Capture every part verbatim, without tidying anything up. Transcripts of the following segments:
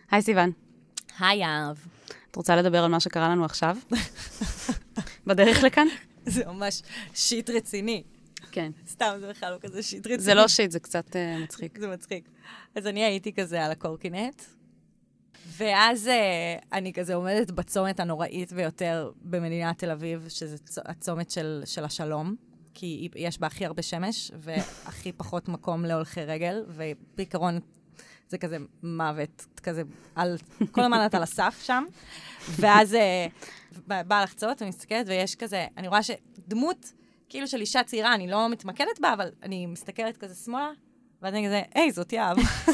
היי סיוון. היי אהב. את רוצה לדבר על מה שקרה לנו עכשיו? בדרך לכאן? זה ממש שיט רציני. כן. סתם, זה בכלל לא כזה שיט רציני. זה לא שיט, זה קצת uh, מצחיק. זה מצחיק. אז אני הייתי כזה על הקורקינט, ואז uh, אני כזה עומדת בצומת הנוראית ביותר במדינת תל אביב, שזה הצומת של, של השלום, כי יש בה הכי הרבה שמש, והכי פחות מקום להולכי רגל, ובעיקרון זה כזה מוות, כזה על, כל הזמן את על הסף שם, ואז uh, באה לחצות ומסתכלת, ויש כזה, אני רואה שדמות כאילו של אישה צעירה, אני לא מתמקדת בה, אבל אני מסתכלת כזה שמאלה, ואז אני כזה, היי, זאת יאב.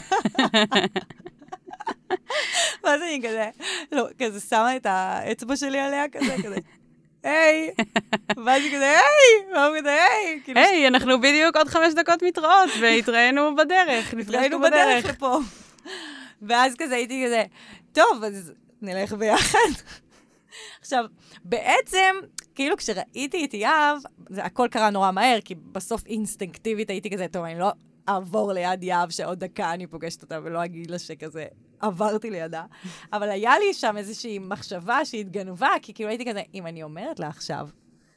ואז אני כזה, לא, כזה שמה את האצבע שלי עליה, כזה, כזה, היי. ואז אני כזה, היי. והוא כזה, היי. היי, אנחנו בדיוק עוד חמש דקות מתראות, והתראינו בדרך. התראינו בדרך לפה. ואז כזה הייתי כזה, טוב, אז נלך ביחד. עכשיו, בעצם, כאילו כשראיתי את יאב, זה הכל קרה נורא מהר, כי בסוף אינסטינקטיבית הייתי כזה, טוב, אני לא אעבור ליד יאב שעוד דקה אני פוגשת אותה, ולא אגיד לה שכזה עברתי לידה. אבל היה לי שם איזושהי מחשבה שהתגנבה, כי כאילו הייתי כזה, אם אני אומרת לה עכשיו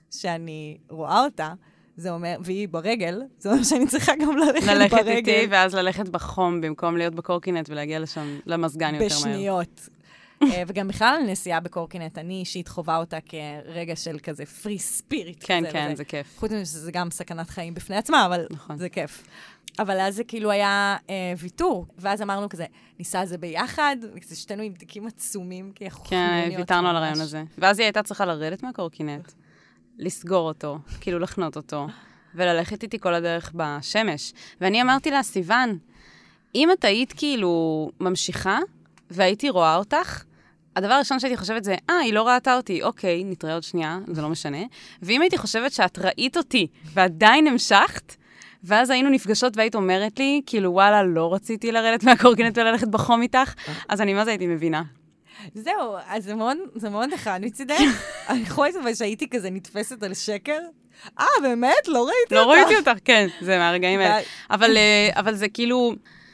שאני רואה אותה, זה אומר, והיא ברגל, זה אומר שאני צריכה גם ללכת ברגל. ללכת איתי, ואז ללכת בחום, במקום להיות בקורקינט ולהגיע לשם, למסגן יותר מהר. בשניות. וגם בכלל נסיעה בקורקינט, אני אישית חובה אותה כרגע של כזה פרי ספיריט. כן, כן, זה כיף. חוץ מזה שזה גם סכנת חיים בפני עצמה, אבל זה כיף. אבל אז זה כאילו היה ויתור, ואז אמרנו כזה, ניסה על זה ביחד, שתינו עם תיקים עצומים, כי אנחנו חנוניות. כן, ויתרנו על הרעיון הזה. ואז היא הייתה צריכה לרדת מהקורקינט, לסגור אותו, כאילו לחנות אותו, וללכת איתי כל הדרך בשמש. ואני אמרתי לה, סיוון, אם את היית כאילו ממשיכה, והייתי רואה אותך, הדבר הראשון שהייתי חושבת זה, אה, היא לא ראתה אותי, אוקיי, נתראה עוד שנייה, זה לא משנה. ואם הייתי חושבת שאת ראית אותי, ועדיין המשכת, ואז היינו נפגשות והיית אומרת לי, כאילו, וואלה, לא רציתי לרדת מהקורקינט וללכת בחום איתך, אז אני מה זה הייתי מבינה. זהו, אז זה מאוד, זה מאוד אחד, מצדך. אני יכולה לספר שהייתי כזה נתפסת על שקר. אה, באמת? לא ראיתי אותך. לא ראיתי אותך, כן, זה מהרגעים האלה. אבל, אבל זה כאילו,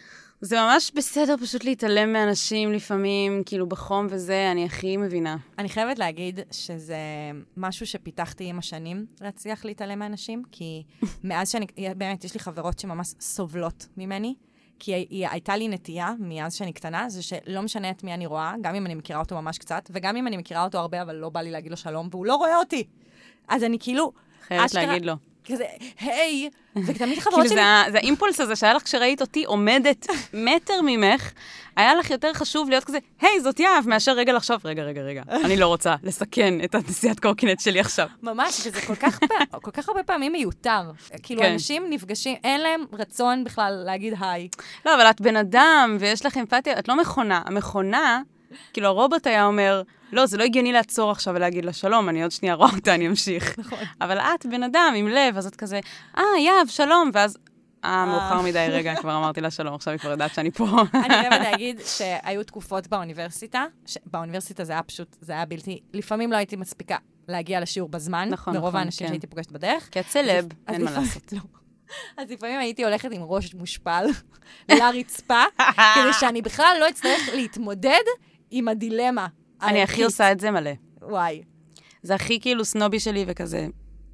זה ממש בסדר פשוט להתעלם מאנשים לפעמים, כאילו בחום וזה, אני הכי מבינה. אני חייבת להגיד שזה משהו שפיתחתי עם השנים, להצליח להתעלם מאנשים, כי מאז שאני, באמת, יש לי חברות שממש סובלות ממני, כי היא הייתה לי נטייה, מאז שאני קטנה, זה שלא משנה את מי אני רואה, גם אם אני מכירה אותו ממש קצת, וגם אם אני מכירה אותו הרבה, אבל לא בא לי להגיד לו שלום, והוא לא רואה אותי. אז אני כאילו... חייבת להגיד לו. כזה, היי, ותמיד חברות שלי... זה האימפולס הזה שהיה לך כשראית אותי עומדת מטר ממך, היה לך יותר חשוב להיות כזה, היי, זאת יאב, מאשר רגע לחשוב, רגע, רגע, רגע, אני לא רוצה לסכן את הנסיעת קורקינט שלי עכשיו. ממש, וזה כל כך הרבה פעמים מיותר. כאילו, אנשים נפגשים, אין להם רצון בכלל להגיד היי. לא, אבל את בן אדם, ויש לך אמפתיה, את לא מכונה. המכונה, כאילו, הרובוט היה אומר, לא, זה לא הגיוני לעצור עכשיו ולהגיד לה, שלום, אני עוד שנייה רואה אותה, אני אמשיך. נכון. אבל את בן אדם עם לב, אז את כזה, אה, יאב, שלום, ואז, אה, מאוחר מדי, רגע, כבר אמרתי לה שלום, עכשיו היא כבר יודעת שאני פה. אני חייבת להגיד שהיו תקופות באוניברסיטה, באוניברסיטה זה היה פשוט, זה היה בלתי, לפעמים לא הייתי מספיקה להגיע לשיעור בזמן, נכון, מרוב נכון, האנשים כן. שהייתי פוגשת בדרך. כי את סלב, אין מה לעשות. אז לפעמים הייתי הולכת עם ראש מושפל לרצפה, כדי שאני בכלל לא אצטרך להתמודד עם הדילמה. אני הכי עושה את זה מלא. וואי. זה הכי כאילו סנובי שלי וכזה,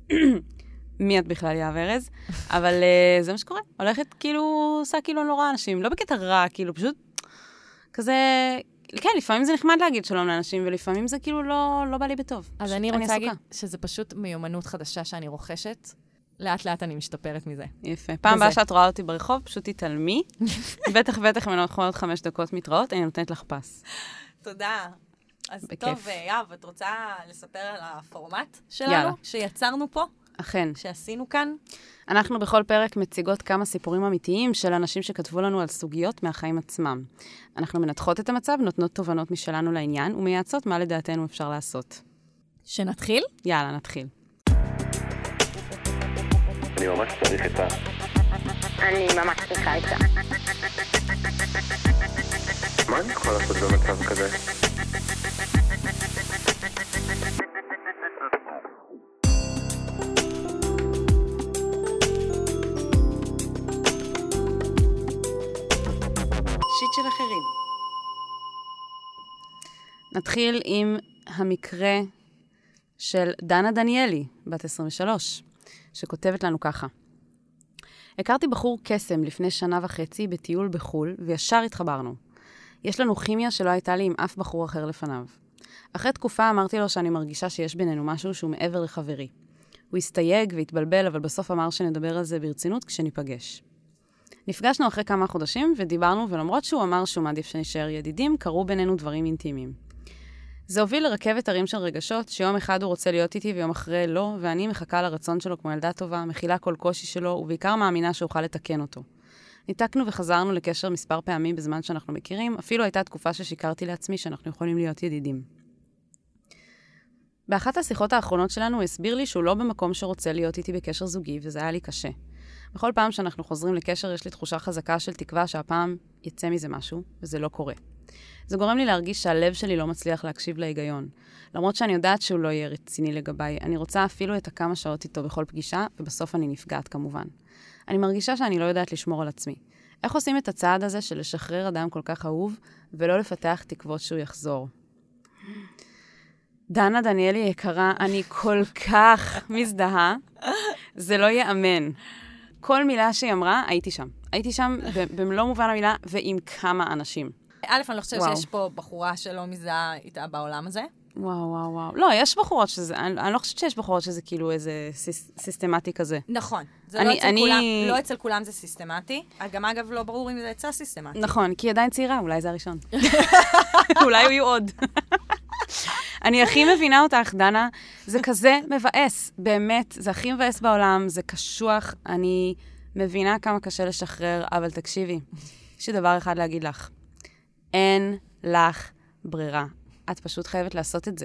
מי את בכלל יאב ארז? אבל uh, זה מה שקורה. הולכת כאילו, עושה כאילו לא רואה אנשים. לא בקטע רע, כאילו פשוט כזה, כן, לפעמים זה נחמד להגיד שלום לאנשים, ולפעמים זה כאילו לא, לא בא לי בטוב. אז פשוט, אני רוצה אני להגיד שזה פשוט מיומנות חדשה שאני רוכשת. לאט לאט אני משתפרת מזה. יפה. פעם הבאה שאת רואה אותי ברחוב, פשוט תתעלמי. בטח בטח אם אנחנו עוד חמש דקות מתראות, אני נותנת לך פס. תודה. אז בכיף. טוב, יאב, את רוצה לספר על הפורמט שלנו? יאללה. שיצרנו פה? אכן. שעשינו כאן? אנחנו בכל פרק מציגות כמה סיפורים אמיתיים של אנשים שכתבו לנו על סוגיות מהחיים עצמם. אנחנו מנתחות את המצב, נותנות תובנות משלנו לעניין, ומייעצות מה לדעתנו אפשר לעשות. שנתחיל? יאללה, נתחיל. אני ממש צריך את ה... אני ממש צריכה את ה... מה אני יכול לעשות במצב כזה? שיט של אחרים. נתחיל עם המקרה של דנה דניאלי, בת עשרים ושלוש, שכותבת לנו ככה. הכרתי בחור קסם לפני שנה וחצי בטיול בחול, וישר התחברנו. יש לנו כימיה שלא הייתה לי עם אף בחור אחר לפניו. אחרי תקופה אמרתי לו שאני מרגישה שיש בינינו משהו שהוא מעבר לחברי. הוא הסתייג והתבלבל, אבל בסוף אמר שנדבר על זה ברצינות כשניפגש. נפגשנו אחרי כמה חודשים ודיברנו, ולמרות שהוא אמר שהוא מעדיף שנשאר ידידים, קרו בינינו דברים אינטימיים. זה הוביל לרכבת הרים של רגשות, שיום אחד הוא רוצה להיות איתי ויום אחרי לא, ואני מחכה לרצון שלו כמו ילדה טובה, מכילה כל קושי שלו, ובעיקר מאמינה שאוכל לתקן אותו. ניתקנו וחזרנו לקשר מספר פעמים בזמן שאנחנו מכירים, אפילו הייתה תקופה ששיקרתי לעצמי שאנחנו יכולים להיות ידידים. באחת השיחות האחרונות שלנו הוא הסביר לי שהוא לא במקום שרוצה להיות איתי בקשר זוגי, וזה היה לי קשה. בכל פעם שאנחנו חוזרים לקשר יש לי תחושה חזקה של תקווה שהפעם יצא מזה משהו, וזה לא קורה. זה גורם לי להרגיש שהלב שלי לא מצליח להקשיב להיגיון. למרות שאני יודעת שהוא לא יהיה רציני לגביי, אני רוצה אפילו את הכמה שעות איתו בכל פגישה, ובסוף אני נפגעת כמובן. אני מרגישה שאני לא יודעת לשמור על עצמי. איך עושים את הצעד הזה של לשחרר אדם כל כך אהוב, ולא לפתח תקוות שהוא יחזור? דנה דניאלי יקרה, אני כל כך מזדהה, זה לא יאמן. כל מילה שהיא אמרה, הייתי שם. הייתי שם במלוא מובן המילה, ועם כמה אנשים. א', אני לא חושבת שיש פה בחורה שלא מזהה איתה בעולם הזה. וואו, וואו, וואו. לא, יש בחורות שזה, אני, אני לא חושבת שיש בחורות שזה כאילו איזה סיס, סיסטמטי כזה. נכון. זה אני, לא, אצל אני... כולם, לא אצל כולם זה סיסטמטי. גם אגב, לא ברור אם זה יצא סיסטמטי. נכון, כי היא עדיין צעירה, אולי זה הראשון. אולי הוא יהיו עוד. אני הכי מבינה אותך, דנה. זה כזה מבאס, באמת, זה הכי מבאס בעולם, זה קשוח. אני מבינה כמה קשה לשחרר, אבל תקשיבי, יש לי דבר אחד להגיד לך. אין לך ברירה. את פשוט חייבת לעשות את זה.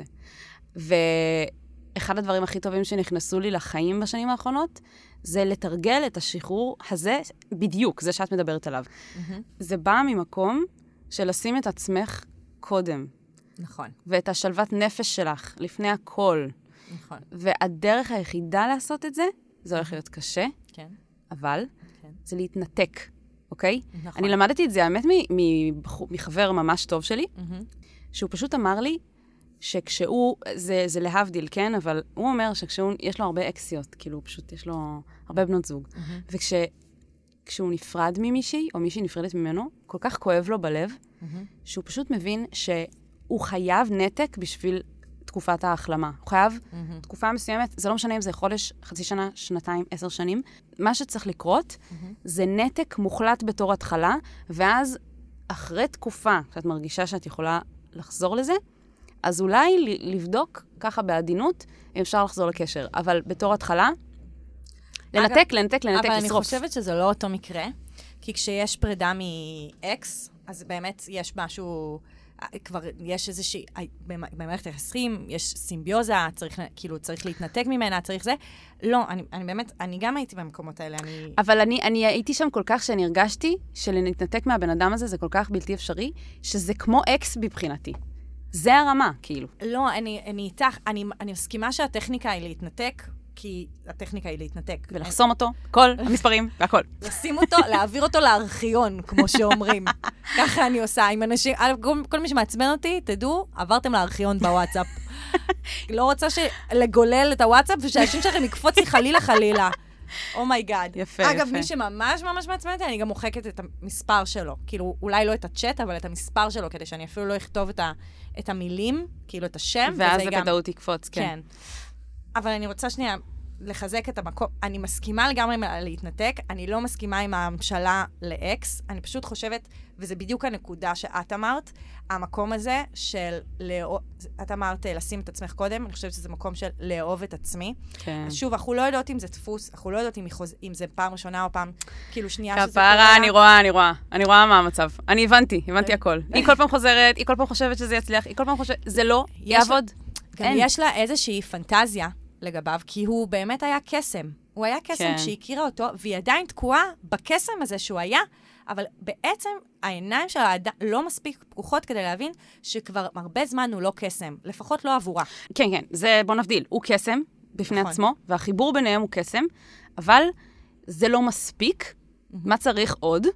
ואחד הדברים הכי טובים שנכנסו לי לחיים בשנים האחרונות, זה לתרגל את השחרור הזה, בדיוק, זה שאת מדברת עליו. Mm-hmm. זה בא ממקום של לשים את עצמך קודם. נכון. ואת השלוות נפש שלך, לפני הכל. נכון. והדרך היחידה לעשות את זה, זה הולך להיות קשה, כן. אבל כן. זה להתנתק. אוקיי? נכון. אני למדתי את זה, האמת, מחבר ממש טוב שלי, שהוא פשוט אמר לי שכשהוא, זה, זה להבדיל, כן? אבל הוא אומר שכשהוא, יש לו הרבה אקסיות, כאילו, פשוט יש לו הרבה בנות זוג. וכשהוא נפרד ממישהי, או מישהי נפרדת ממנו, כל כך כואב לו בלב, שהוא פשוט מבין שהוא חייב נתק בשביל תקופת ההחלמה. הוא חייב mm-hmm. תקופה מסוימת, זה לא משנה אם זה חודש, חצי שנה, שנתיים, עשר שנים. מה שצריך לקרות mm-hmm. זה נתק מוחלט בתור התחלה, ואז אחרי תקופה, כשאת מרגישה שאת יכולה לחזור לזה, אז אולי לבדוק ככה בעדינות, אם אפשר לחזור לקשר. אבל בתור התחלה, לנתק, אגב, לנתק, לנתק, אבל לשרוף. אני חושבת שזה לא אותו מקרה, כי כשיש פרידה מאקס, אז באמת יש משהו... כבר יש איזושהי, במערכת היחסים, יש סימביוזה, צריך, כאילו, צריך להתנתק ממנה, צריך זה. לא, אני, אני באמת, אני גם הייתי במקומות האלה, אני... אבל אני, אני הייתי שם כל כך שאני הרגשתי שלהתנתק מהבן אדם הזה זה כל כך בלתי אפשרי, שזה כמו אקס מבחינתי. זה הרמה, כאילו. לא, אני, אני איתך, אני, אני מסכימה שהטכניקה היא להתנתק, כי הטכניקה היא להתנתק. ולחסום אותו, כל המספרים והכל. לשים אותו, להעביר אותו לארכיון, כמו שאומרים. ככה אני עושה עם אנשים, כל מי שמעצבן אותי, תדעו, עברתם לארכיון בוואטסאפ. לא רוצה לגולל את הוואטסאפ, ושאנשים שלכם יקפוץ לי חלילה חלילה. אומייגאד. יפה, יפה. אגב, מי שממש ממש מעצבן אותי, אני גם מוחקת את המספר שלו. כאילו, אולי לא את הצ'אט, אבל את המספר שלו, כדי שאני אפילו לא אכתוב את המילים, כאילו את השם. ואז זה בטעות יקפוץ, כן. כן. אבל אני רוצה שנייה לחזק את המקום. אני מסכימה לגמרי להתנתק, אני לא מסכימה עם המשלה לאקס, אני פשוט חושבת, וזה בדיוק הנקודה שאת אמרת, המקום הזה של, לאהוב, את אמרת לשים את עצמך קודם, אני חושבת שזה מקום של לאהוב את עצמי. כן. אז שוב, אנחנו לא יודעות אם זה דפוס, אנחנו לא יודעות אם, חוז... אם זה פעם ראשונה או פעם, כאילו שנייה שזה קורה. כפרה, אני רואה, אני רואה, אני רואה מה המצב. אני הבנתי, הבנתי הכל. היא כל פעם חוזרת, היא כל פעם חושבת שזה יצליח, היא כל פעם חושבת, זה לא יעבוד. גם יש לה איזושהי פנטזיה לגביו, כי הוא באמת היה קסם. הוא היה קסם כן. כשהיא הכירה אותו, והיא עדיין תקועה בקסם הזה שהוא היה, אבל בעצם העיניים שלה לא מספיק פקוחות כדי להבין שכבר הרבה זמן הוא לא קסם, לפחות לא עבורה. כן, כן, זה בוא נבדיל. הוא קסם בפני נכון. עצמו, והחיבור ביניהם הוא קסם, אבל זה לא מספיק. Mm-hmm. מה צריך עוד?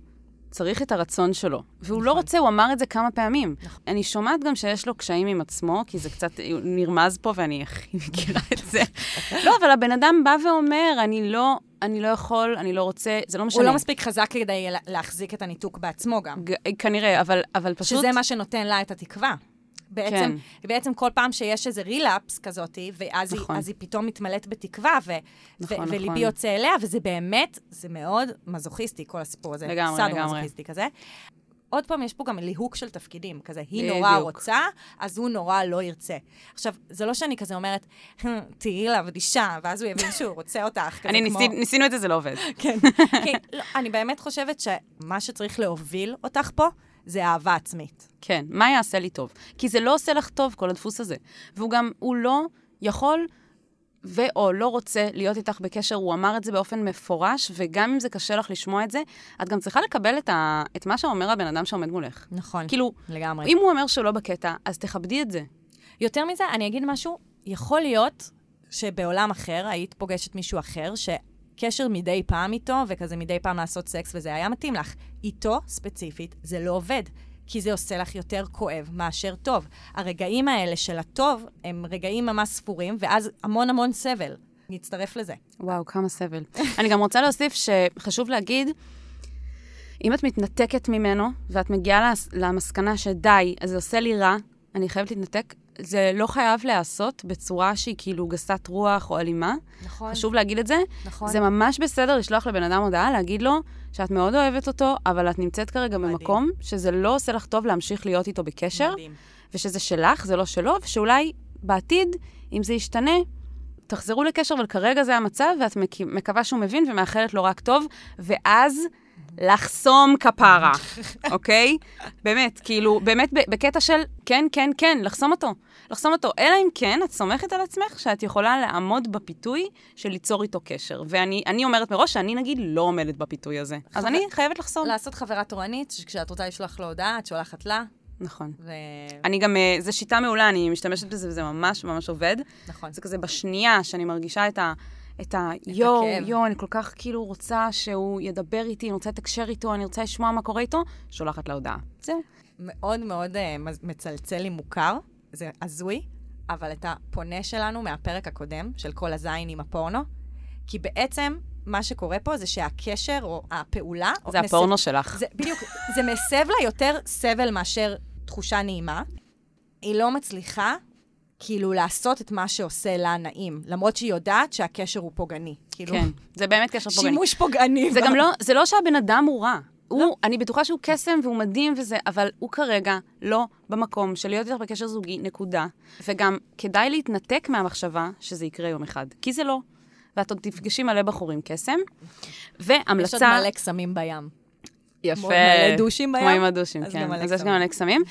צריך את הרצון שלו. והוא לא רוצה, הוא אמר את זה כמה פעמים. נכון. אני שומעת גם שיש לו קשיים עם עצמו, כי זה קצת נרמז פה, ואני הכי מכירה את זה. לא, אבל הבן אדם בא ואומר, אני לא, אני לא יכול, אני לא רוצה, זה לא משנה. הוא לא מספיק חזק כדי להחזיק את הניתוק בעצמו גם. ג- כנראה, אבל, אבל פשוט... שזה מה שנותן לה את התקווה. בעצם, כן. בעצם כל פעם שיש איזה רילאפס כזאת, ואז נכון. היא, אז היא פתאום מתמלאת בתקווה, ו, נכון, ו, נכון. וליבי יוצא אליה, וזה באמת, זה מאוד מזוכיסטי, כל הסיפור הזה. לגמרי, סאדו לגמרי. מזוכיסטי כזה. עוד פעם, יש פה גם ליהוק של תפקידים, כזה, היא בדיוק. נורא רוצה, אז הוא נורא לא ירצה. עכשיו, זה לא שאני כזה אומרת, תהיי לה ודישה, ואז הוא יבין שהוא רוצה אותך, כזה אני כמו... ניסי, ניסינו את זה, זה לא עובד. כן, כן, לא, אני באמת חושבת שמה שצריך להוביל אותך פה, זה אהבה עצמית. כן, מה יעשה לי טוב? כי זה לא עושה לך טוב, כל הדפוס הזה. והוא גם, הוא לא יכול ו/או לא רוצה להיות איתך בקשר, הוא אמר את זה באופן מפורש, וגם אם זה קשה לך לשמוע את זה, את גם צריכה לקבל את, ה... את מה שאומר הבן אדם שעומד מולך. נכון, כאילו, לגמרי. אם הוא אומר שהוא לא בקטע, אז תכבדי את זה. יותר מזה, אני אגיד משהו, יכול להיות שבעולם אחר, היית פוגשת מישהו אחר, שקשר מדי פעם איתו, וכזה מדי פעם לעשות סקס, וזה היה מתאים לך. איתו, ספציפית, זה לא עובד, כי זה עושה לך יותר כואב מאשר טוב. הרגעים האלה של הטוב, הם רגעים ממש ספורים, ואז המון המון סבל. נצטרף לזה. וואו, כמה סבל. אני גם רוצה להוסיף שחשוב להגיד, אם את מתנתקת ממנו, ואת מגיעה למסקנה שדי, אז זה עושה לי רע, אני חייבת להתנתק, זה לא חייב להיעשות בצורה שהיא כאילו גסת רוח או אלימה. נכון. חשוב להגיד את זה. נכון. זה ממש בסדר לשלוח לבן אדם הודעה, להגיד לו שאת מאוד אוהבת אותו, אבל את נמצאת כרגע מדהים. במקום שזה לא עושה לך טוב להמשיך להיות איתו בקשר, מדהים. ושזה שלך, זה לא שלו, ושאולי בעתיד, אם זה ישתנה, תחזרו לקשר, אבל כרגע זה המצב, ואת מקווה שהוא מבין ומאחלת לו רק טוב, ואז לחסום כפרה, אוקיי? באמת, כאילו, באמת בקטע של כן, כן, כן, לחסום אותו. לחסום אותו, אלא אם כן, את סומכת על עצמך שאת יכולה לעמוד בפיתוי של ליצור איתו קשר. ואני אני אומרת מראש שאני נגיד לא עומדת בפיתוי הזה. אז אני חייבת לחסום. לעשות חברה תורנית, שכשאת רוצה לשלוח לו הודעה, את שולחת לה. נכון. ו... אני גם, זו שיטה מעולה, אני משתמשת בזה, וזה ממש ממש עובד. נכון. זה כזה בשנייה שאני מרגישה את ה... את ה... יו, הכאב. יו, אני כל כך כאילו רוצה שהוא ידבר איתי, אני רוצה לתקשר איתו, אני רוצה לשמוע מה קורה איתו, שולחת להודעה. זהו. מאוד מאוד uh, מצלצל לי מוכר, זה הזוי, אבל את הפונה שלנו מהפרק הקודם, של כל הזין עם הפורנו, כי בעצם מה שקורה פה זה שהקשר או הפעולה... זה או הפורנו מסב... שלך. זה, בדיוק, זה מסב לה יותר סבל מאשר תחושה נעימה. היא לא מצליחה כאילו לעשות את מה שעושה לה נעים, למרות שהיא יודעת שהקשר הוא פוגעני. כאילו, כן, זה באמת קשר פוגעני. שימוש פוגעני. זה גם לא, זה לא שהבן אדם הוא רע. הוא, אני בטוחה שהוא קסם והוא מדהים וזה, אבל הוא כרגע לא במקום של להיות איתך בקשר זוגי, נקודה. וגם כדאי להתנתק מהמחשבה שזה יקרה יום אחד, כי זה לא. ואת עוד תפגשי מלא בחורים קסם. והמלצה... יש עוד מלא קסמים בים. יפה. כמו מלא דושים בים. כמו עם הדושים, אז כן. גם מלא אז יש קסמים. גם מלא קסמים.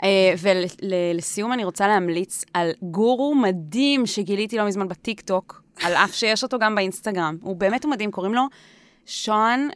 ולסיום אני רוצה להמליץ על גורו מדהים שגיליתי לא מזמן בטיק-טוק, על אף שיש אותו גם באינסטגרם. הוא באמת הוא מדהים, קוראים לו שון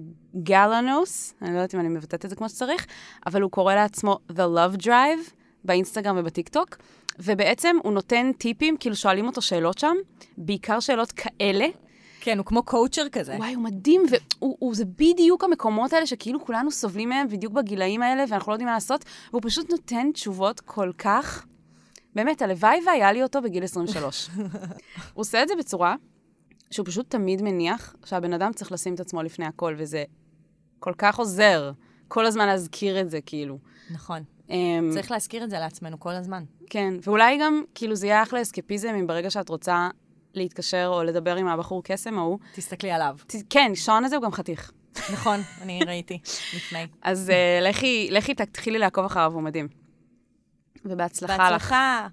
גלנוס, אני לא יודעת אם אני מבטאת את זה כמו שצריך, אבל הוא קורא לעצמו The Love Drive באינסטגרם ובטיק-טוק, ובעצם הוא נותן טיפים, כאילו שואלים אותו שאלות שם, בעיקר שאלות כאלה. כן, הוא כמו קואוצ'ר כזה. וואי, הוא מדהים, וזה בדיוק המקומות האלה שכאילו כולנו סובלים מהם, בדיוק בגילאים האלה, ואנחנו לא יודעים מה לעשות, והוא פשוט נותן תשובות כל כך, באמת, הלוואי והיה לי אותו בגיל עשרים ושלוש. הוא עושה את זה בצורה שהוא פשוט תמיד מניח שהבן אדם צריך לשים את עצמו לפני הכל, וזה כל כך עוזר, כל הזמן להזכיר את זה, כאילו. נכון. Um, צריך להזכיר את זה לעצמנו כל הזמן. כן, ואולי גם, כאילו, זה יהיה אחלה אסקפיזם, אם ברגע שאת רוצה להתקשר או לדבר עם הבחור קסם ההוא. תסתכלי עליו. ת, כן, שון הזה הוא גם חתיך. נכון, אני ראיתי לפני. אז uh, לכי, לכי תתחילי לעקוב אחריו, הוא מדהים. ובהצלחה לך. בהצלחה.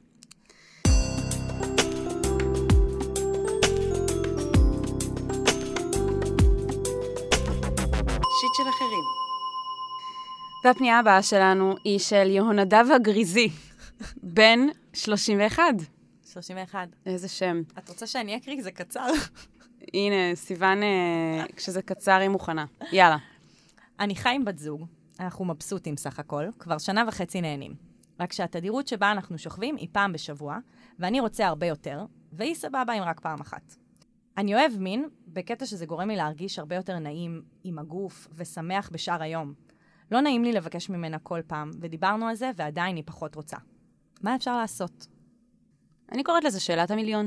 שיט של אחרים. והפנייה הבאה שלנו היא של יהונדב הגריזי, בן שלושים ואחת. שלושים ואחת. איזה שם. את רוצה שאני אקריא? זה קצר. הנה, סיוון, כשזה קצר היא מוכנה. יאללה. אני חי עם בת זוג, אנחנו מבסוטים סך הכל, כבר שנה וחצי נהנים. רק שהתדירות שבה אנחנו שוכבים היא פעם בשבוע, ואני רוצה הרבה יותר, והיא סבבה עם רק פעם אחת. אני אוהב מין, בקטע שזה גורם לי להרגיש הרבה יותר נעים עם הגוף ושמח בשאר היום. לא נעים לי לבקש ממנה כל פעם, ודיברנו על זה, ועדיין היא פחות רוצה. מה אפשר לעשות? אני קוראת לזה שאלת המיליון.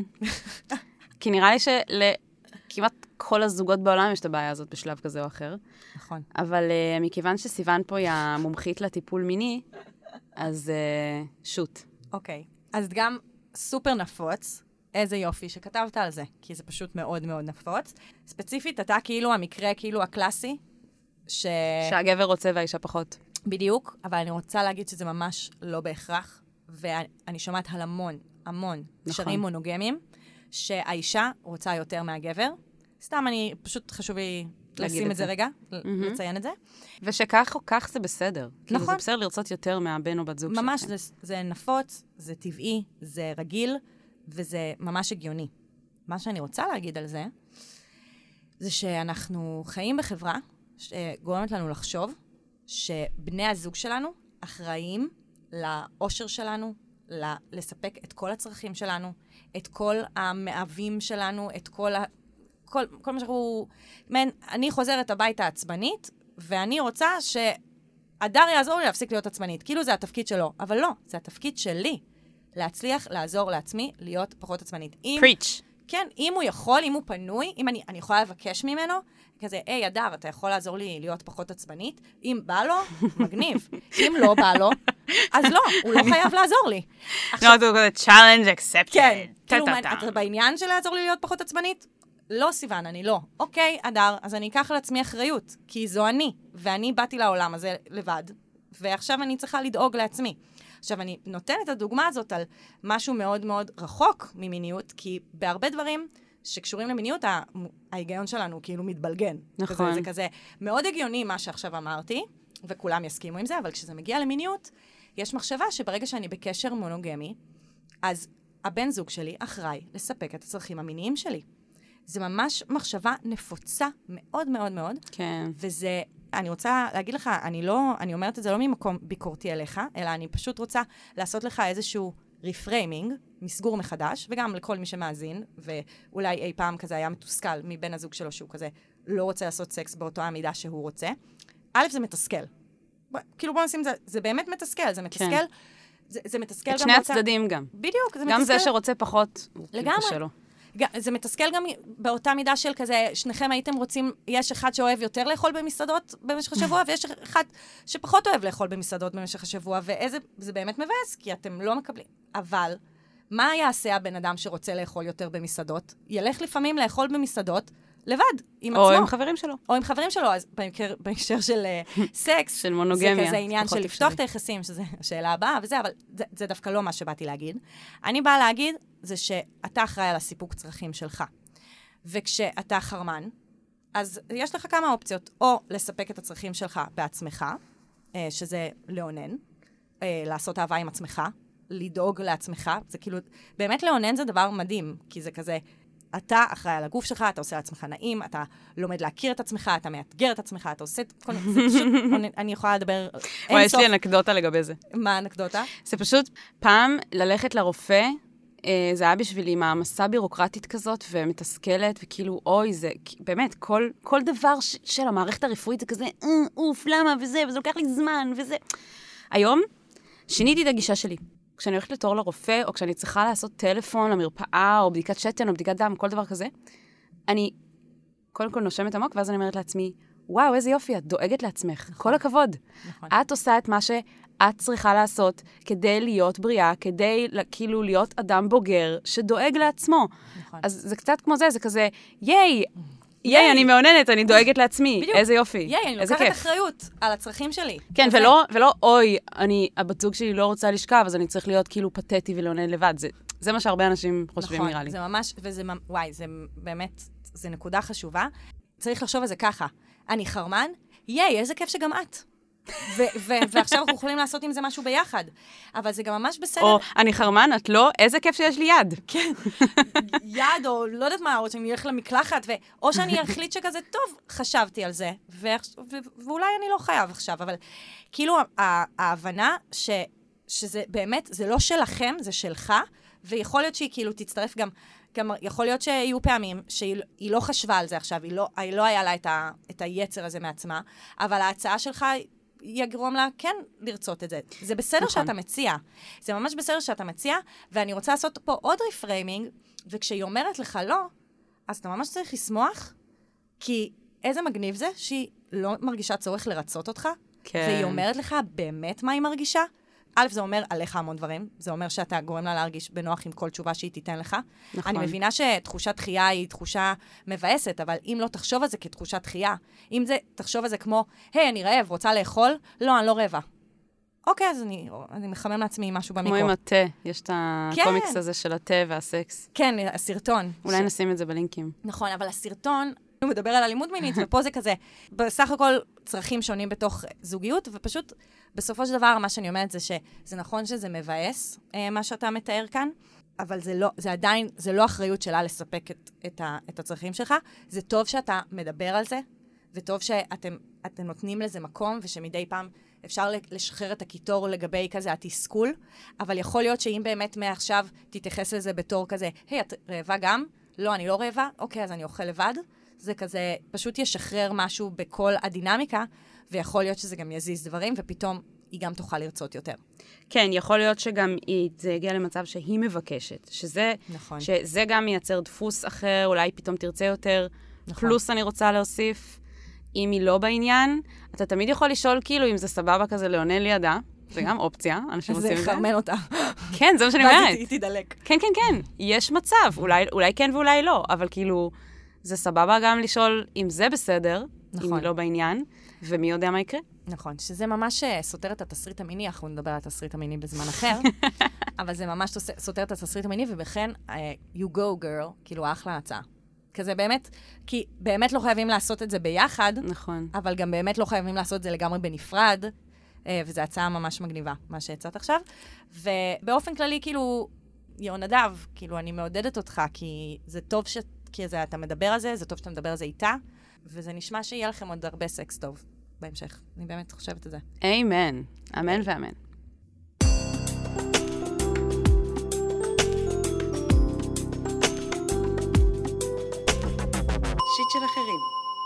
כי נראה לי שלכמעט כל הזוגות בעולם יש את הבעיה הזאת בשלב כזה או אחר. נכון. אבל uh, מכיוון שסיוון פה היא המומחית לטיפול מיני, אז uh, שוט. אוקיי. אז גם סופר נפוץ, איזה יופי שכתבת על זה, כי זה פשוט מאוד מאוד נפוץ. ספציפית, אתה כאילו המקרה, כאילו הקלאסי, ש... שהגבר רוצה והאישה פחות. בדיוק, אבל אני רוצה להגיד שזה ממש לא בהכרח, ואני שומעת על המון, המון נכון. קשרים מונוגמיים, שהאישה רוצה יותר מהגבר. סתם, אני, פשוט חשוב לי לשים את זה רגע, לציין את זה. ושכך או כך זה בסדר. כאילו נכון. זה בסדר לרצות יותר מהבן או בת זוג שלכם. ממש, זה, זה נפוץ, זה טבעי, זה רגיל, וזה ממש הגיוני. מה שאני רוצה להגיד על זה, זה שאנחנו חיים בחברה שגורמת לנו לחשוב שבני הזוג שלנו אחראים לאושר שלנו, לספק את כל הצרכים שלנו, את כל המאהבים שלנו, את כל ה... כל, כל מה שאנחנו... מן, אני חוזרת הביתה עצבנית, ואני רוצה שהדר יעזור לי להפסיק להיות עצבנית. כאילו זה התפקיד שלו, אבל לא, זה התפקיד שלי. להצליח לעזור לעצמי להיות פחות עצבנית. פריץ'. כן, אם הוא יכול, אם הוא פנוי, אם אני, אני יכולה לבקש ממנו, כזה, היי, אדר, אתה יכול לעזור לי להיות פחות עצבנית? אם בא לו, מגניב. אם לא בא לו, אז לא, הוא לא חייב לעזור לי. לא, זה כזה challenge accepted. כן, כאילו, אתה בעניין של לעזור לי להיות פחות עצבנית? לא, סיוון, אני לא. אוקיי, אדר, אז אני אקח על עצמי אחריות, כי זו אני, ואני באתי לעולם הזה לבד, ועכשיו אני צריכה לדאוג לעצמי. עכשיו, אני נותנת את הדוגמה הזאת על משהו מאוד מאוד רחוק ממיניות, כי בהרבה דברים שקשורים למיניות, ההיגיון שלנו כאילו מתבלגן. נכון. זה, זה כזה מאוד הגיוני מה שעכשיו אמרתי, וכולם יסכימו עם זה, אבל כשזה מגיע למיניות, יש מחשבה שברגע שאני בקשר מונוגמי, אז הבן זוג שלי אחראי לספק את הצרכים המיניים שלי. זה ממש מחשבה נפוצה מאוד מאוד מאוד. כן. וזה... אני רוצה להגיד לך, אני לא, אני אומרת את זה לא ממקום ביקורתי אליך, אלא אני פשוט רוצה לעשות לך איזשהו ריפריימינג, מסגור מחדש, וגם לכל מי שמאזין, ואולי אי פעם כזה היה מתוסכל מבן הזוג שלו, שהוא כזה לא רוצה לעשות סקס באותו המידה שהוא רוצה. א', זה מתסכל. בוא, כאילו בוא נשים את זה, זה באמת מתסכל, זה מתסכל. כן. זה, זה מתסכל גם... את שני הצדדים גם. בדיוק, זה מתסכל. גם זה שרוצה פחות, לגמרי. קשה לו. זה מתסכל גם באותה מידה של כזה, שניכם הייתם רוצים, יש אחד שאוהב יותר לאכול במסעדות במשך השבוע, ויש אחד שפחות אוהב לאכול במסעדות במשך השבוע, ואיזה, זה באמת מבאס, כי אתם לא מקבלים. אבל, מה יעשה הבן אדם שרוצה לאכול יותר במסעדות? ילך לפעמים לאכול במסעדות לבד, עם או עצמו. או עם חברים שלו. או עם חברים שלו, אז בהקשר של סקס, של מונוגמיה. זה כזה עניין של לפתוח את היחסים, שזו השאלה הבאה, וזה, אבל זה, זה דווקא לא מה שבאתי להגיד. אני באה להגיד, זה שאתה אחראי על הסיפוק צרכים שלך. וכשאתה חרמן, אז יש לך כמה אופציות, או לספק את הצרכים שלך בעצמך, שזה לאונן, לעשות אהבה עם עצמך, לדאוג לעצמך, זה כאילו, באמת לאונן זה דבר מדהים, כי זה כזה, אתה אחראי על הגוף שלך, אתה עושה לעצמך נעים, אתה לומד להכיר את עצמך, אתה מאתגר את עצמך, אתה עושה את כל... זה פשוט, אני יכולה לדבר אין סוף. וואי, יש לי אנקדוטה לגבי זה. מה האנקדוטה? זה פשוט פעם ללכת לרופא, זה היה בשבילי מעמסה בירוקרטית כזאת, ומתסכלת, וכאילו, אוי, זה באמת, כל, כל דבר ש, של המערכת הרפואית זה כזה, אוף, למה, וזה, וזה לוקח לי זמן, וזה. היום, שיניתי את הגישה שלי. כשאני הולכת לתור לרופא, או כשאני צריכה לעשות טלפון למרפאה, או בדיקת שתן, או בדיקת דם, כל דבר כזה, אני קודם כל נושמת עמוק, ואז אני אומרת לעצמי, וואו, איזה יופי, את דואגת לעצמך. נכון. כל הכבוד. נכון. את עושה את מה שאת צריכה לעשות כדי להיות בריאה, כדי כאילו להיות אדם בוגר שדואג לעצמו. נכון. אז זה קצת כמו זה, זה כזה, ייי, ייי, אני מעוננת, אני דואגת לעצמי. בדיוק. איזה יופי. ייי, אני לוקחת אחריות על הצרכים שלי. כן, ולא, ולא, אוי, אני, הבת זוג שלי לא רוצה לשכב, אז אני צריך להיות כאילו פתטי ולעונן לבד. זה, זה מה שהרבה אנשים חושבים, נכון, נראה לי. זה ממש, וזה, וואי, זה באמת, זה נקודה חשובה. צריך לחשוב על זה ככה. אני חרמן, ייי, איזה כיף שגם את. ו- ו- ועכשיו אנחנו יכולים לעשות עם זה משהו ביחד. אבל זה גם ממש בסדר. או, אני חרמן, את לא, איזה כיף שיש לי יד. כן. יד, או לא יודעת מה, או שאני אלך למקלחת, ו- או שאני אחליט שכזה, טוב, חשבתי על זה, ו- ו- ואולי אני לא חייב עכשיו, אבל כאילו ההבנה ש- שזה באמת, זה לא שלכם, זה שלך, ויכול להיות שהיא כאילו תצטרף גם, גם יכול להיות שיהיו פעמים שהיא לא חשבה על זה עכשיו, היא לא, היא לא היה לה את, ה, את היצר הזה מעצמה, אבל ההצעה שלך יגרום לה כן לרצות את זה. זה בסדר שאתה מציע. זה ממש בסדר שאתה מציע, ואני רוצה לעשות פה עוד ריפריימינג, וכשהיא אומרת לך לא, אז אתה ממש צריך לשמוח, כי איזה מגניב זה שהיא לא מרגישה צורך לרצות אותך, כן. והיא אומרת לך באמת מה היא מרגישה. א', זה אומר עליך המון דברים, זה אומר שאתה גורם לה להרגיש בנוח עם כל תשובה שהיא תיתן לך. נכון. אני מבינה שתחושת דחייה היא תחושה מבאסת, אבל אם לא תחשוב על זה כתחושת דחייה, אם זה, תחשוב על זה כמו, היי, אני רעב, רוצה לאכול? לא, אני לא רעבה. אוקיי, אז אני, אני מחמם לעצמי משהו במיקרו. כמו עם התה, יש את הקומיקס כן. הזה של התה והסקס. כן, הסרטון. אולי ש... נשים את זה בלינקים. נכון, אבל הסרטון, הוא מדבר על אלימות מינית, ופה זה כזה, בסך הכל צרכים שונים בתוך זוגיות, ופשוט בסופו של דבר, מה שאני אומרת זה שזה נכון שזה מבאס, מה שאתה מתאר כאן, אבל זה, לא, זה עדיין, זה לא אחריות שלה לספק את, את, ה, את הצרכים שלך. זה טוב שאתה מדבר על זה, וטוב שאתם אתם נותנים לזה מקום, ושמדי פעם אפשר לשחרר את הקיטור לגבי כזה התסכול, אבל יכול להיות שאם באמת מעכשיו תתייחס לזה בתור כזה, היי, את רעבה גם? לא, אני לא רעבה? אוקיי, אז אני אוכל לבד. זה כזה, פשוט ישחרר משהו בכל הדינמיקה, ויכול להיות שזה גם יזיז דברים, ופתאום היא גם תוכל לרצות יותר. כן, יכול להיות שגם היא, זה הגיע למצב שהיא מבקשת, שזה, נכון. שזה גם מייצר דפוס אחר, אולי פתאום תרצה יותר, נכון. פלוס אני רוצה להוסיף, אם היא לא בעניין, אתה תמיד יכול לשאול כאילו אם זה סבבה כזה לעונה לידה, זה גם אופציה, אנשים עושים את זה. זה חרמן אותה. כן, זה מה שאני אומרת. ואז היא תדלק. כן, כן, כן, יש מצב, אולי, אולי כן ואולי לא, אבל כאילו, זה סבבה גם לשאול אם זה בסדר, נכון. אם היא לא בעניין, ומי יודע מה יקרה. נכון, שזה ממש סותר את התסריט המיני, אנחנו נדבר על התסריט המיני בזמן אחר, אבל זה ממש סותר את התסריט המיני, ובכן, uh, you go girl, כאילו אחלה הצעה. כזה באמת, כי באמת לא חייבים לעשות את זה ביחד, נכון. אבל גם באמת לא חייבים לעשות את זה לגמרי בנפרד, uh, וזו הצעה ממש מגניבה, מה שהצעת עכשיו. ובאופן כללי, כאילו, יונדב, כאילו, אני מעודדת אותך, כי זה טוב ש... כי זה, אתה מדבר על זה, זה טוב שאתה מדבר על זה איתה, וזה נשמע שיהיה לכם עוד הרבה סקס טוב בהמשך. אני באמת חושבת את זה. אמן. אמן ואמן. שיט של אחרים.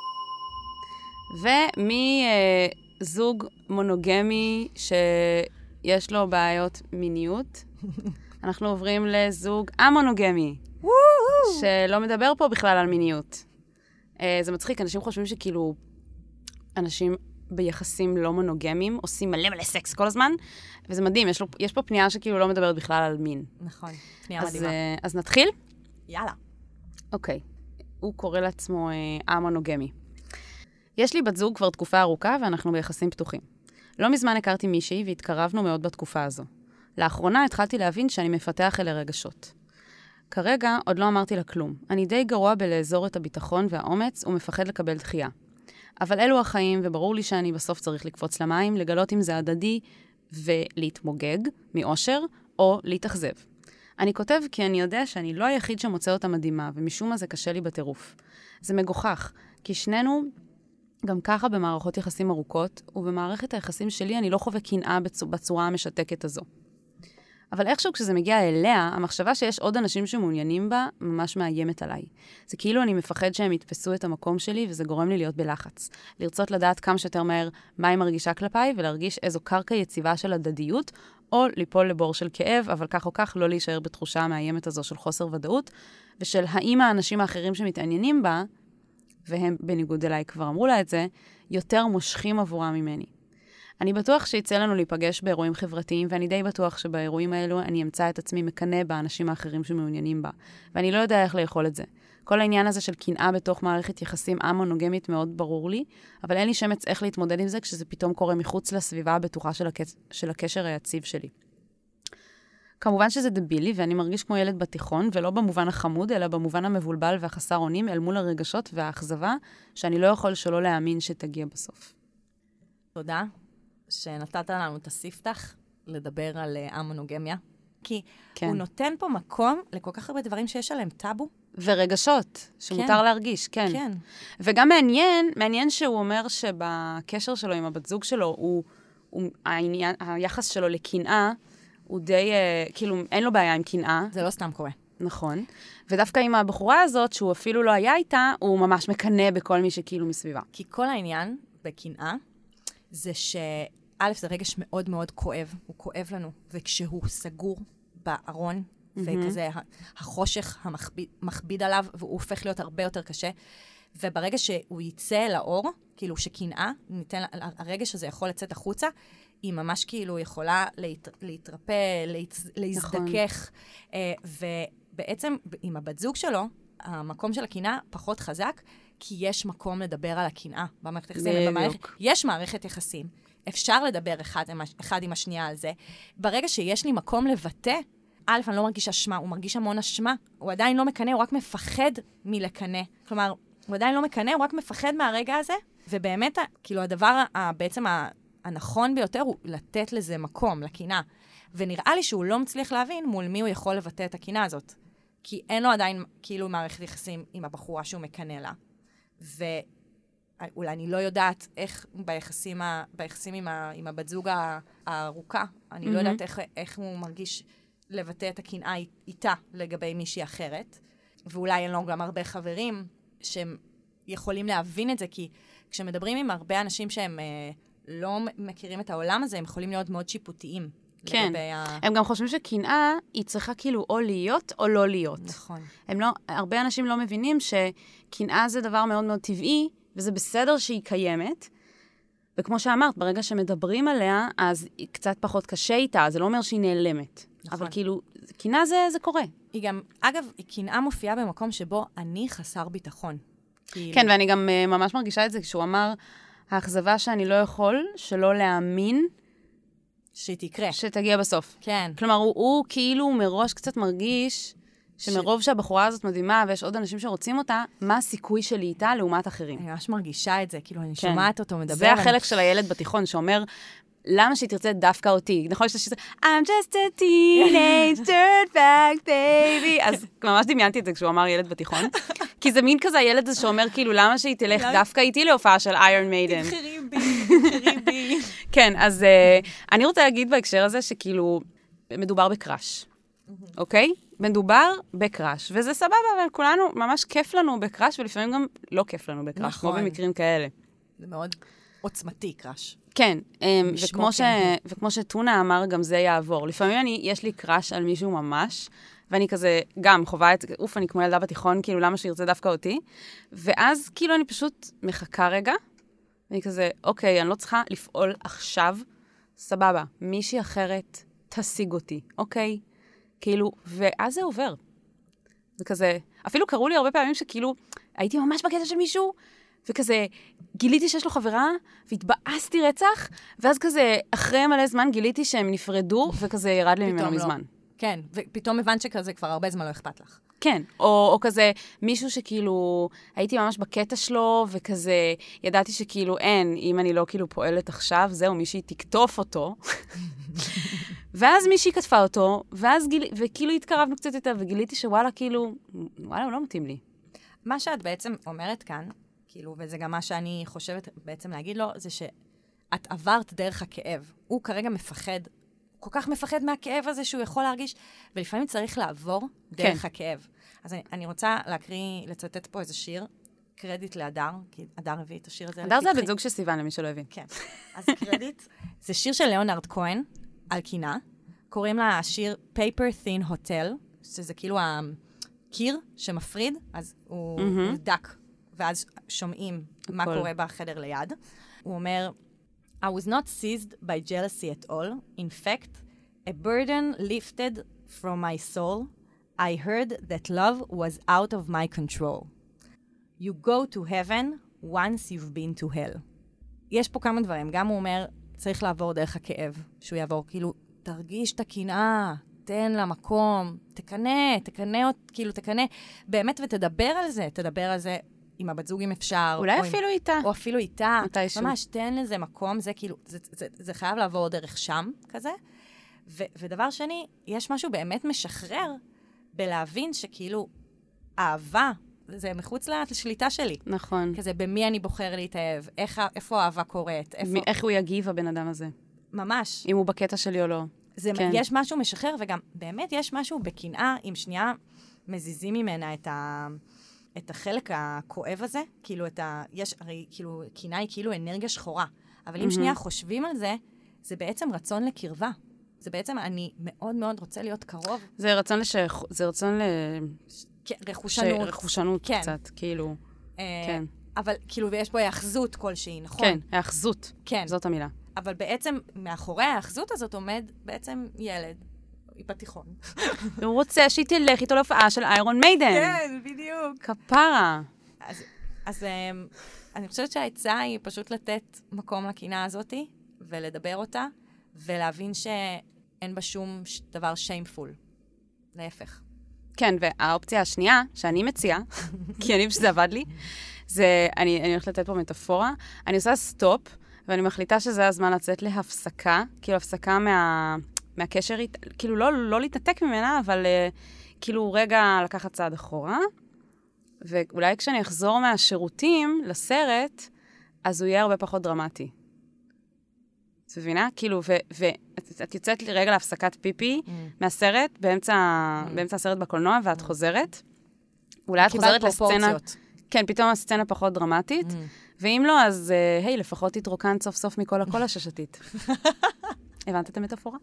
ומזוג מונוגמי שיש לו בעיות מיניות, אנחנו עוברים לזוג המונוגמי, שלא מדבר פה בכלל על מיניות. זה מצחיק, אנשים חושבים שכאילו אנשים ביחסים לא מונוגמיים עושים מלא מלא סקס כל הזמן, וזה מדהים, יש, לו, יש פה פנייה שכאילו לא מדברת בכלל על מין. נכון, פנייה אז, מדהימה. אז נתחיל? יאללה. אוקיי, הוא קורא לעצמו המונוגמי. יש לי בת זוג כבר תקופה ארוכה ואנחנו ביחסים פתוחים. לא מזמן הכרתי מישהי והתקרבנו מאוד בתקופה הזו. לאחרונה התחלתי להבין שאני מפתח אלה רגשות. כרגע עוד לא אמרתי לה כלום. אני די גרוע בלאזור את הביטחון והאומץ ומפחד לקבל דחייה. אבל אלו החיים, וברור לי שאני בסוף צריך לקפוץ למים, לגלות אם זה הדדי ולהתמוגג מאושר או להתאכזב. אני כותב כי אני יודע שאני לא היחיד שמוצא אותה מדהימה, ומשום מה זה קשה לי בטירוף. זה מגוחך, כי שנינו גם ככה במערכות יחסים ארוכות, ובמערכת היחסים שלי אני לא חווה קנאה בצורה המשתקת הזו. אבל איכשהו כשזה מגיע אליה, המחשבה שיש עוד אנשים שמעוניינים בה ממש מאיימת עליי. זה כאילו אני מפחד שהם יתפסו את המקום שלי, וזה גורם לי להיות בלחץ. לרצות לדעת כמה שיותר מהר מה היא מרגישה כלפיי, ולהרגיש איזו קרקע יציבה של הדדיות, או ליפול לבור של כאב, אבל כך או כך לא להישאר בתחושה המאיימת הזו של חוסר ודאות, ושל האם האנשים האחרים שמתעניינים בה, והם בניגוד אליי כבר אמרו לה את זה, יותר מושכים עבורה ממני. אני בטוח שיצא לנו להיפגש באירועים חברתיים, ואני די בטוח שבאירועים האלו אני אמצא את עצמי מקנה באנשים האחרים שמעוניינים בה. ואני לא יודע איך לאכול את זה. כל העניין הזה של קנאה בתוך מערכת יחסים המונוגמית מאוד ברור לי, אבל אין לי שמץ איך להתמודד עם זה כשזה פתאום קורה מחוץ לסביבה הבטוחה של, הקש... של הקשר היציב שלי. כמובן שזה דבילי, ואני מרגיש כמו ילד בתיכון, ולא במובן החמוד, אלא במובן המבולבל והחסר אונים, אל מול הרגשות והאכזבה, שאני לא יכול שלא להאמין שתגיע בסוף. תודה שנתת לנו את הספתח לדבר על uh, המונוגמיה, כי כן. הוא נותן פה מקום לכל כך הרבה דברים שיש עליהם טאבו. ורגשות, שמותר כן. להרגיש, כן. כן. וגם מעניין, מעניין שהוא אומר שבקשר שלו עם הבת זוג שלו, הוא, הוא, העניין, היחס שלו לקנאה, הוא די, uh, כאילו, אין לו בעיה עם קנאה. זה לא סתם קורה. נכון. ודווקא עם הבחורה הזאת, שהוא אפילו לא היה איתה, הוא ממש מקנה בכל מי שכאילו מסביבה. כי כל העניין בקנאה, זה שא', זה רגש מאוד מאוד כואב, הוא כואב לנו, וכשהוא סגור בארון, וכזה החושך המכביד, מכביד עליו, והוא הופך להיות הרבה יותר קשה, וברגע שהוא יצא לאור, כאילו שקנאה, ניתן, הרגש הזה יכול לצאת החוצה, היא ממש כאילו יכולה להת, להתרפא, להת, להזדכך, נכון. ובעצם עם הבת זוג שלו, המקום של הקנאה פחות חזק, כי יש מקום לדבר על הקנאה במערכת יחסים. במערכת, יש מערכת יחסים, אפשר לדבר אחד, אחד עם השנייה על זה. ברגע שיש לי מקום לבטא, א', אני לא מרגיש אשמה, הוא מרגיש המון אשמה, הוא עדיין לא מקנה, הוא רק מפחד מלקנה. כלומר, הוא עדיין לא מקנה, הוא רק מפחד מהרגע הזה, ובאמת, כאילו, הדבר בעצם הנכון ביותר הוא לתת לזה מקום, לקנאה. ונראה לי שהוא לא מצליח להבין מול מי הוא יכול לבטא את הקנאה הזאת. כי אין לו עדיין, כאילו, מערכת יחסים עם הבחורה שהוא מקנה לה. ואולי אני לא יודעת איך ביחסים, ה... ביחסים עם, ה... עם הבת זוג הארוכה, אני mm-hmm. לא יודעת איך, איך הוא מרגיש לבטא את הקנאה איתה לגבי מישהי אחרת. ואולי אין לו גם הרבה חברים שהם יכולים להבין את זה, כי כשמדברים עם הרבה אנשים שהם אה, לא מכירים את העולם הזה, הם יכולים להיות מאוד שיפוטיים. כן, ה... הם גם חושבים שקנאה היא צריכה כאילו או להיות או לא להיות. נכון. הם לא, הרבה אנשים לא מבינים שקנאה זה דבר מאוד מאוד טבעי, וזה בסדר שהיא קיימת, וכמו שאמרת, ברגע שמדברים עליה, אז היא קצת פחות קשה איתה, זה לא אומר שהיא נעלמת. נכון. אבל כאילו, קנאה זה, זה קורה. היא גם, אגב, קנאה מופיעה במקום שבו אני חסר ביטחון. כאילו... כן, ואני גם uh, ממש מרגישה את זה, כשהוא אמר, האכזבה שאני לא יכול שלא להאמין, שהיא תקרה. שתגיע בסוף. כן. כלומר, הוא, הוא כאילו מראש קצת מרגיש שמרוב ש... שהבחורה הזאת מדהימה, ויש עוד אנשים שרוצים אותה, מה הסיכוי שלי איתה לעומת אחרים. אני ממש מרגישה את זה, כאילו אני כן. שומעת אותו מדבר. זה החלק של הילד בתיכון שאומר, למה שהיא תרצה דווקא אותי? נכון שזה, I'm just a teenage dirtbag baby. אז ממש דמיינתי את זה כשהוא אמר ילד בתיכון. כי זה מין כזה הילד הזה שאומר, כאילו, למה שהיא תלך דווקא איתי להופעה של איירון מיידן? תבחרי בי, תבחרי בי. כן, אז אני רוצה להגיד בהקשר הזה שכאילו, מדובר בקראש, אוקיי? מדובר בקראש, וזה סבבה, אבל כולנו, ממש כיף לנו בקראש, ולפעמים גם לא כיף לנו בקראש, כמו במקרים כאלה. זה מאוד עוצמתי, קראש. כן, וכמו, ש... וכמו שטונה אמר, גם זה יעבור. לפעמים אני, יש לי קראש על מישהו ממש, ואני כזה, גם חובה את, אוף, אני כמו ילדה בתיכון, כאילו, למה שירצה דווקא אותי? ואז, כאילו, אני פשוט מחכה רגע, ואני כזה, אוקיי, אני לא צריכה לפעול עכשיו, סבבה, מישהי אחרת תשיג אותי, אוקיי? כאילו, ואז זה עובר. זה כזה, אפילו קראו לי הרבה פעמים שכאילו, הייתי ממש בקטע של מישהו, וכזה, גיליתי שיש לו חברה, והתבאסתי רצח, ואז כזה, אחרי מלא זמן גיליתי שהם נפרדו, וכזה ירד לי ממנו לא. מזמן. כן, ופתאום הבנת שכזה כבר הרבה זמן לא אכפת לך. כן, או, או כזה מישהו שכאילו, הייתי ממש בקטע שלו, וכזה, ידעתי שכאילו אין, אם אני לא כאילו פועלת עכשיו, זהו, מישהי תקטוף אותו. ואז מישהי כתפה אותו, ואז גיל... וכאילו התקרבנו קצת יותר, וגיליתי שוואלה, כאילו, וואלה, הוא לא מתאים לי. מה שאת בעצם אומרת כאן, כאילו, וזה גם מה שאני חושבת בעצם להגיד לו, זה שאת עברת דרך הכאב. הוא כרגע מפחד, כל כך מפחד מהכאב הזה שהוא יכול להרגיש, ולפעמים צריך לעבור דרך כן. הכאב. אז אני, אני רוצה להקריא, לצטט פה איזה שיר, קרדיט לאדר, כי אדר הביא את השיר הזה. אדר זה הבן זוג של סיוון, למי שלא הבין. כן. אז קרדיט, זה שיר של ליאונרד כהן, על קנאה. קוראים לה השיר Paper Thin Hotel, שזה כאילו הקיר שמפריד, אז הוא, mm-hmm. הוא דק, ואז שומעים מה קורה בחדר ליד. הוא אומר, I was not seized by jealousy at all. In fact, a burden lifted from my soul. I heard that love was out of my control. You go to heaven once you've been to hell. יש פה כמה דברים. גם הוא אומר, צריך לעבור דרך הכאב. שהוא יעבור, כאילו, תרגיש את הקנאה, תן לה מקום, תקנה, תקנה, כאילו, תקנה. באמת, ותדבר על זה, תדבר על זה. עם הבת זוג אם אפשר. אולי אפילו עם, איתה. או אפילו איתה. מתישהו. ממש, תן לזה מקום, זה כאילו, זה, זה, זה חייב לעבור דרך שם, כזה. ו, ודבר שני, יש משהו באמת משחרר בלהבין שכאילו, אהבה, זה מחוץ לשליטה שלי. נכון. כזה, במי אני בוחר להתאהב, איך, איפה האהבה קורית, איפה... מ- איך הוא יגיב, הבן אדם הזה. ממש. אם הוא בקטע שלי או לא. זה, כן. יש משהו משחרר, וגם באמת יש משהו בקנאה, אם שנייה מזיזים ממנה את ה... את החלק הכואב הזה, כאילו את ה... יש, הרי כאילו, קנאה היא כאילו אנרגיה שחורה. אבל אם שנייה חושבים על זה, זה בעצם רצון לקרבה. זה בעצם, אני מאוד מאוד רוצה להיות קרוב. זה רצון לשייך, זה רצון ל... כן, רכושנות. רכושנות כן. קצת, כאילו, אה, כן. אבל כאילו, ויש פה היאחזות כלשהי, נכון? כן, האחזות. כן. זאת המילה. אבל בעצם, מאחורי האחזות הזאת עומד בעצם ילד, בתיכון. הוא רוצה שהיא תלך איתו להופעה של איירון מיידן. כן, בדיוק. כפרה. אז, אז אני חושבת שהעצה היא פשוט לתת מקום לקינה הזאת, ולדבר אותה, ולהבין שאין בה שום דבר שיימפול. להפך. כן, והאופציה השנייה שאני מציעה, כי אני שזה עבד לי, זה, אני, אני הולכת לתת פה מטאפורה, אני עושה סטופ, ואני מחליטה שזה הזמן לצאת להפסקה, כאילו הפסקה מה, מהקשר, כאילו לא, לא להתנתק ממנה, אבל כאילו רגע לקחת צעד אחורה, ואולי כשאני אחזור מהשירותים לסרט, אז הוא יהיה הרבה פחות דרמטי. את מבינה? כאילו, ואת יוצאת לי רגע להפסקת פיפי mm. מהסרט, באמצע, mm. באמצע הסרט בקולנוע, ואת mm. חוזרת. אולי את חוזרת לסצנה... כן, פתאום הסצנה פחות דרמטית, mm. ואם לא, אז, uh, היי, לפחות תתרוקן סוף סוף מכל הקול הששתית. הבנת את המטאפורה?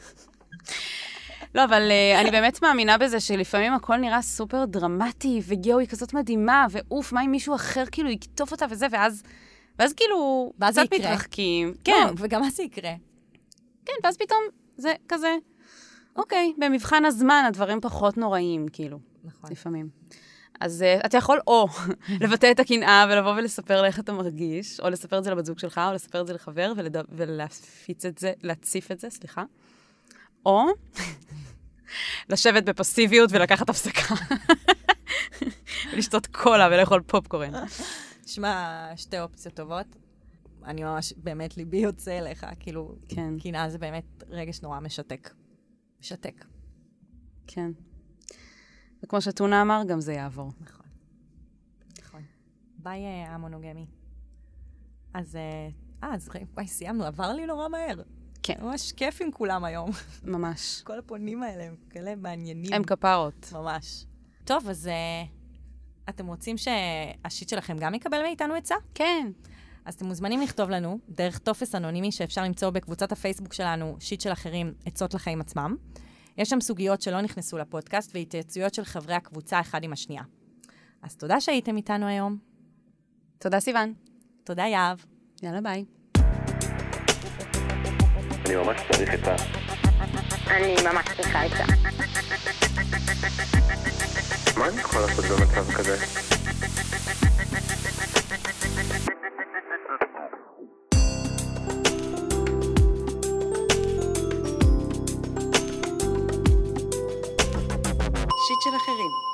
לא, אבל uh, אני באמת מאמינה בזה שלפעמים הכל נראה סופר דרמטי, ויו, היא כזאת מדהימה, ואוף, מה אם מישהו אחר כאילו יקטוף אותה וזה, ואז... ואז כאילו, ואז קצת מתרחקים. כן. לא, וגם אז זה יקרה. כן, ואז פתאום זה כזה, אוקיי, במבחן הזמן הדברים פחות נוראים, כאילו, נכון. לפעמים. אז uh, אתה יכול או לבטא את הקנאה ולבוא ולספר לאיך אתה מרגיש, או לספר את זה לבת זוג שלך, או לספר את זה לחבר ולד... ולהפיץ את זה, להציף את זה, סליחה. או לשבת בפסיביות ולקחת הפסקה. ולשתות קולה ולאכול פופקורן. שמע, שתי אופציות טובות. אני ממש, באמת, ליבי יוצא אליך, כאילו, כן. קנאה זה באמת רגש נורא משתק. משתק. כן. וכמו שטונה אמר, גם זה יעבור. נכון. נכון. ביי, המונוגמי. אז, אה, אז וואי, סיימנו, עבר לי נורא מהר. כן. ממש כיף עם כולם היום. ממש. כל הפונים האלה הם כאלה מעניינים. הם כפרות. ממש. טוב, אז uh, אתם רוצים שהשיט שלכם גם יקבל מאיתנו עצה? כן. אז אתם מוזמנים לכתוב לנו דרך טופס אנונימי שאפשר למצוא בקבוצת הפייסבוק שלנו, שיט של אחרים, עצות לחיים עצמם. יש שם סוגיות שלא נכנסו לפודקאסט והתייעצויות של חברי הקבוצה אחד עם השנייה. אז תודה שהייתם איתנו היום. תודה סיוון. תודה יהב. יאללה ביי. אני ממש צריך עצה. אני ממש צריכה עצה. מה אני יכול לעשות במצב כזה? שיט של אחרים.